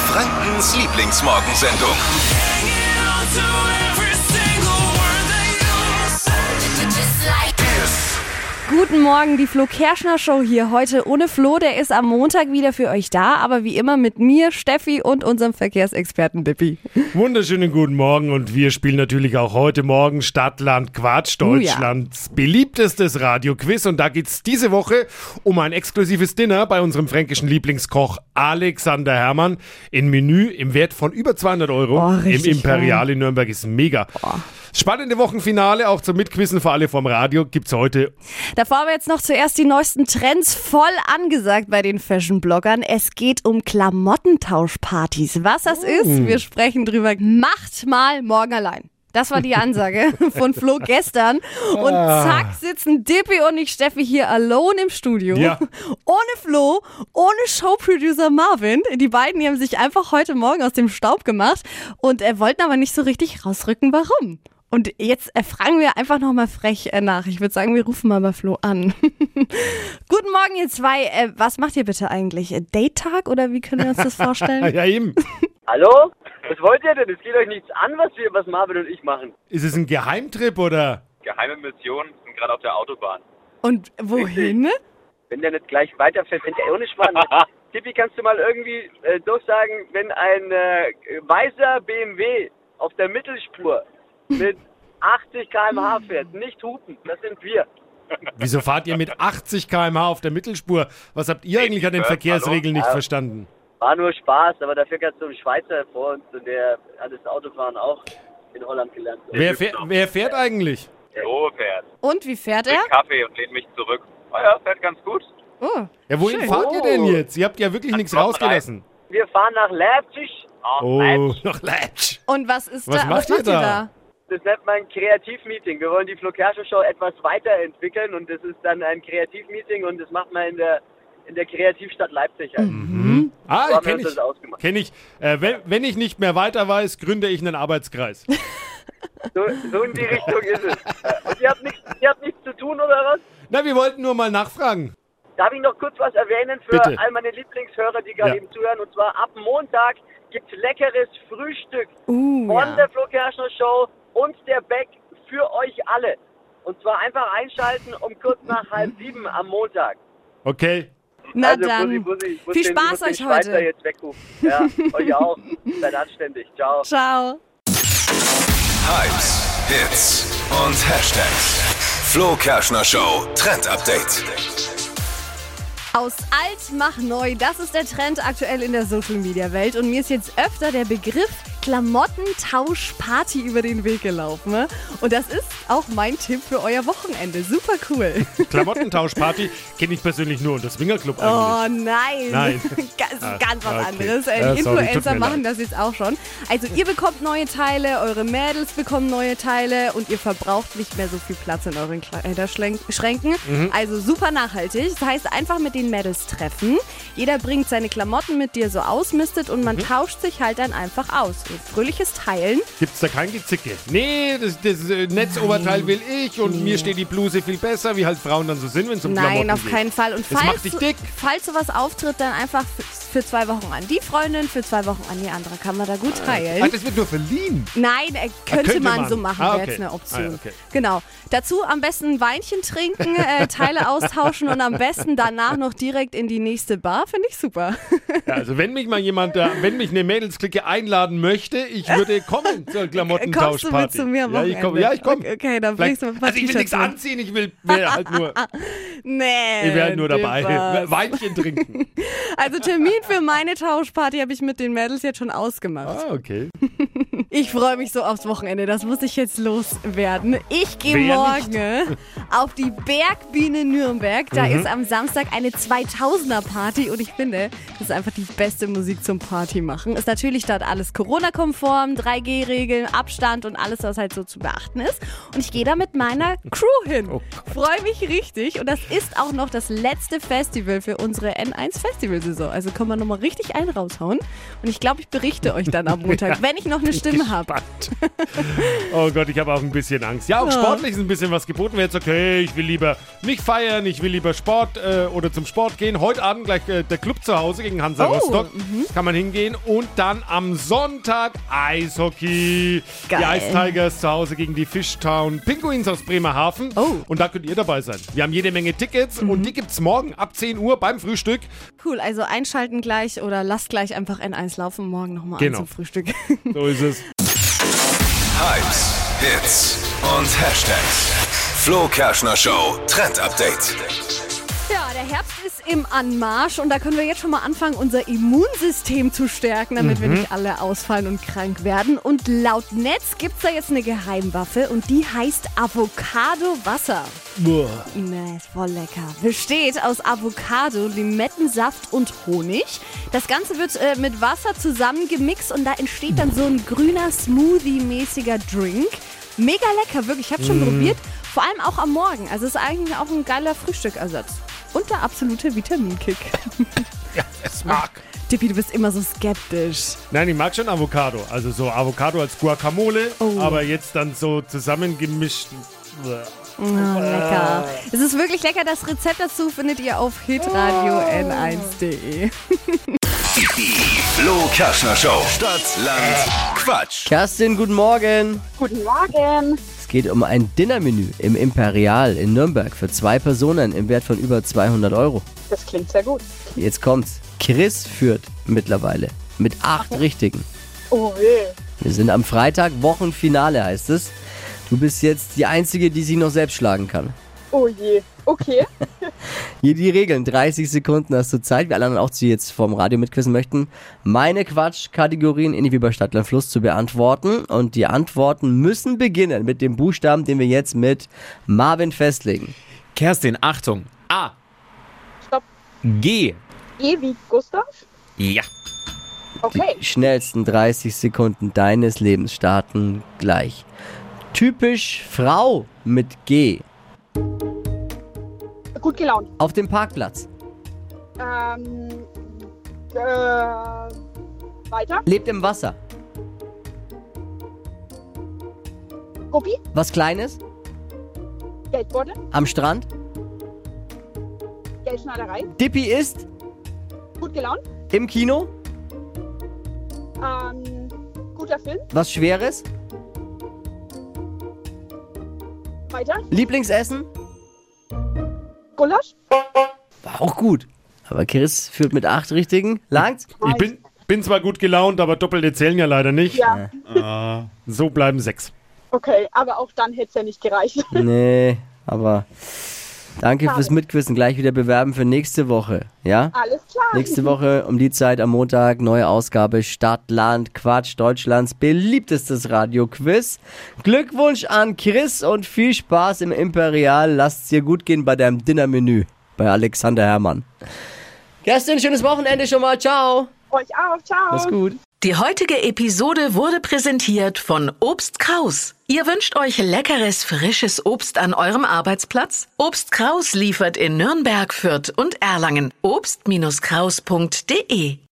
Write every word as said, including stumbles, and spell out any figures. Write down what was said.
Frankens Lieblingsmorgensendung. Guten Morgen, die Flo Kerschner Show hier. Heute ohne Flo, der ist am Montag wieder für euch da, aber wie immer mit mir, Steffi und unserem Verkehrsexperten Dippi. Wunderschönen guten Morgen und wir spielen natürlich auch heute Morgen Stadtland Quatsch, Deutschlands uh, ja. beliebtestes Radioquiz, und da geht's diese Woche um ein exklusives Dinner bei unserem fränkischen Lieblingskoch Alexander Herrmann in Menü im Wert von über zweihundert Euro oh, im Imperial in Nürnberg. Ist mega. Oh. Spannende Wochenfinale, auch zum Mitquizzen für alle vom Radio, gibt's heute. Davor aber jetzt noch zuerst die neuesten Trends, voll angesagt bei den Fashion-Bloggern. Es geht um Klamottentauschpartys. Was das mm. ist, wir sprechen drüber. Macht mal morgen allein. Das war die Ansage von Flo gestern. Und zack sitzen Dippi und ich, Steffi, hier alone im Studio. Ja. Ohne Flo, ohne Showproducer Marvin. Die beiden, die haben sich einfach heute Morgen aus dem Staub gemacht und äh, wollten aber nicht so richtig rausrücken, warum. Und jetzt äh, fragen wir einfach nochmal frech äh, nach. Ich würde sagen, wir rufen mal bei Flo an. Guten Morgen, ihr zwei. Äh, was macht ihr bitte eigentlich? Äh, Date-Tag oder wie können wir uns das vorstellen? Ja, eben. Hallo? Was wollt ihr denn? Es geht euch nichts an, was wir, was Marvin und ich machen. Ist es ein Geheimtrip oder? Geheime Mission, sind gerade auf der Autobahn. Und wohin? Wenn der nicht gleich weiterfährt, wenn der ohne Schwan. Tippi, kannst du mal irgendwie äh, durchsagen, wenn ein äh, weißer B M W auf der Mittelspur mit achtzig Kilometer pro Stunde fährt, nicht hupen, das sind wir. Wieso fahrt ihr mit achtzig Kilometer pro Stunde auf der Mittelspur? Was habt ihr eigentlich an den Verkehrsregeln nicht Ja. verstanden? War nur Spaß, aber dafür gab es so einen Schweizer vor uns und der hat das Autofahren auch in Holland gelernt. Wer, fähr, wer fährt eigentlich? So fährt. Und wie fährt Trink er? Kaffee und lehnt mich zurück. Oh ja, fährt ganz gut. Oh, Ja, wohin schön. fahrt ihr denn jetzt? Ihr habt ja wirklich nichts rausgelassen. Wir fahren nach Leipzig. Oh, Oh, Leipzig. noch Latsch. Und was ist Was da? macht ihr da? Das nennt man ein Kreativmeeting. Wir wollen die Flo Kerschner Show etwas weiterentwickeln und das ist dann ein Kreativmeeting und das macht man in der in der Kreativstadt Leipzig. Halt. Mhm. Ah, So haben wir kenne uns ich. das ausgemacht. Kenn ich. Äh, wenn, wenn ich nicht mehr weiter weiß, gründe ich einen Arbeitskreis. So, so in die Richtung ist es. Und ihr habt nichts, ihr habt nichts zu tun oder was? Na, wir wollten nur mal nachfragen. Darf ich noch kurz was erwähnen für Bitte. all meine Lieblingshörer, die gerade Ja. eben zuhören? Und zwar ab Montag gibt's leckeres Frühstück Uh, von ja. der Flo Kerschner Show und der Beck für euch alle. Und zwar einfach einschalten um kurz nach halb sieben am Montag. Okay. Na also, dann, Bussi, Bussi, ich muss viel den, ich Spaß muss den euch Schweizer heute. jetzt wegrufen. Ja, euch auch. Seid anständig. Ciao. Ciao. Hypes, Hits und Hashtags. Flo Kerschner Show Trend Update. Aus alt mach neu, das ist der Trend aktuell in der Social-Media-Welt. Und mir ist jetzt öfter der Begriff Klamottentauschparty über den Weg gelaufen. Ne? Und das ist auch mein Tipp für euer Wochenende. Super cool. Klamottentauschparty kenne ich persönlich nur unter Swingerclub Oh eigentlich. nein. Nein. ganz, Ah, ganz was okay. anderes. Äh, Ja, Die sorry, tut Influencer mir machen leid. das jetzt auch schon. Also ihr bekommt neue Teile, eure Mädels bekommen neue Teile und ihr verbraucht nicht mehr so viel Platz in euren Kleiderschränken. Mhm. Also super nachhaltig. Das heißt, einfach mit den Mädels treffen. Jeder bringt seine Klamotten mit, die er so ausmistet und man Mhm. tauscht sich halt dann einfach aus. Ein fröhliches Teilen. Gibt's da kein Gezicke? Nee, das, das äh, Netzoberteil will ich und mir steht die Bluse viel besser, wie halt Frauen dann so sind, wenn es um Nein, Klamotten auf geht. keinen Fall. Und Das falls, macht dich dick. falls sowas auftritt, dann einfach für, für zwei Wochen an die Freundin, für zwei Wochen an die andere. Kann man da gut teilen. Ah, das wird nur verliehen. Nein, äh, könnte, könnte man, man. so machen, Ah, wäre okay. jetzt eine Option. Ah, ja, okay. Genau. Dazu am besten ein Weinchen trinken, äh, Teile austauschen und am besten danach noch direkt in die nächste Bar. Finde ich super. Ja, also wenn mich mal jemand, da, wenn mich eine Mädelsklicke einladen möchte, ich würde kommen zur Klamottentauschparty. Kommst du mit zu mir am ja, ich Wochenende? komm, ja, ich komme. Okay, okay, dann bringst du ein paar Also ich will T-Shirts nichts mit. anziehen, ich will, will halt nur, Nee. ich wäre halt nur dabei. Spaß. Weinchen trinken. Also Termin für meine Tauschparty habe ich mit den Mädels jetzt schon ausgemacht. Ah, okay. Ich freue mich so aufs Wochenende, das muss ich jetzt loswerden. Ich gehe Wer morgen auf die Bergbiene Nürnberg. Da Mhm. ist am Samstag eine zweitausender-Party und ich finde, das ist einfach die beste Musik zum Party machen. Ist natürlich dort alles Corona-konform, drei G Regeln, Abstand und alles, was halt so zu beachten ist. Und ich gehe da mit meiner Crew hin. Oh Freue mich richtig und das ist auch noch das letzte Festival für unsere N eins Festivalsaison. Also kommt können wir nochmal richtig einen raushauen. Und ich glaube, ich berichte euch dann am Montag, wenn ich noch eine Stimme habe. Oh Gott, ich habe auch ein bisschen Angst. Ja, auch Ja. sportlich ist ein bisschen was geboten. Wer jetzt sagt, okay, ich will lieber nicht feiern, ich will lieber Sport äh, oder zum Sport gehen. Heute Abend gleich äh, der Club zu Hause gegen Hansa Oh, Rostock. Kann man hingehen. Und dann am Sonntag Eishockey. Geil. Die Ice Tigers zu Hause gegen die Fishtown Pinguins aus Bremerhaven. Oh. Und da könnt ihr dabei sein. Wir haben jede Menge Tickets und die gibt's morgen ab zehn Uhr beim Frühstück. Cool, also einschalten gleich oder lasst gleich einfach N eins laufen, morgen nochmal Genau. an zum Frühstück. So ist es. Hypes, Hits und Hashtags. Flo Kerschner Show Trend Update. Ja, der Herbst ist im Anmarsch und da können wir jetzt schon mal anfangen, unser Immunsystem zu stärken, damit wir nicht alle ausfallen und krank werden. Und laut Netz gibt's da jetzt eine Geheimwaffe und die heißt Avocado-Wasser. Ne, ist voll lecker. Besteht aus Avocado, Limettensaft und Honig. Das Ganze wird äh, mit Wasser zusammengemixt und da entsteht dann so ein grüner Smoothie-mäßiger Drink. Mega lecker, wirklich. Ich habe schon probiert. Vor allem auch am Morgen. Also ist eigentlich auch ein geiler Frühstückersatz. Und der absolute Vitaminkick. Ja, es mag. Tippi, du bist immer so skeptisch. Nein, ich mag schon Avocado. Also so Avocado als Guacamole, Oh. aber jetzt dann so zusammengemischt. Oh, lecker. Es ist wirklich lecker. Das Rezept dazu findet ihr auf hitradio n eins punkt de. Die Flo Kerschner Show. Stadt, Land, Quatsch. Kerstin, guten Morgen. Guten Morgen. Es geht um ein Dinnermenü im Imperial in Nürnberg für zwei Personen im Wert von über zweihundert Euro. Das klingt sehr gut. Jetzt kommt's. Chris führt mittlerweile mit acht Richtigen. Oh weh. Wir sind am Freitag, Wochenfinale heißt es. Du bist jetzt die Einzige, die sich noch selbst schlagen kann. Oh je. Okay. Hier die Regeln. dreißig Sekunden hast du Zeit. Wir alle anderen auch, die jetzt vom Radio mitquissen möchten, meine Quatschkategorien ähnlich wie bei Stadtland Fluss zu beantworten. Und die Antworten müssen beginnen mit dem Buchstaben, den wir jetzt mit Marvin festlegen. Kerstin, Achtung. A. Stopp. G. E wie Gustav? Ja. Okay. Die schnellsten dreißig Sekunden deines Lebens starten gleich. Typisch Frau mit G. Gut gelaunt. Auf dem Parkplatz. Ähm. Äh. Weiter. Lebt im Wasser. Guppi. Was Kleines. Geldbeutel. Am Strand. Geldschneiderei. Dippi ist Gut gelaunt. im Kino. Ähm. Guter Film. Was Schweres. Weiter. Lieblingsessen. Gulasch. War auch gut. Aber Chris führt mit acht Richtigen. Langt's? Ich bin, bin zwar gut gelaunt, aber Doppelte zählen ja leider nicht. Ja. So bleiben sechs. Okay, aber auch dann hätte es ja nicht gereicht. Nee, aber danke fürs Mitquissen. Gleich wieder bewerben für nächste Woche. Ja? Alles klar. Nächste Woche um die Zeit am Montag, neue Ausgabe Stadt, Land, Quatsch, Deutschlands beliebtestes Radioquiz. Glückwunsch an Chris und viel Spaß im Imperial. Lasst's dir gut gehen bei deinem Dinnermenü bei Alexander Herrmann. Kerstin, schönes Wochenende schon mal. Ciao. Euch auch. Ciao. Mach's gut. Die heutige Episode wurde präsentiert von Obst Kraus. Ihr wünscht euch leckeres, frisches Obst an eurem Arbeitsplatz? Obst Kraus liefert in Nürnberg, Fürth und Erlangen. obst Kraus punkt de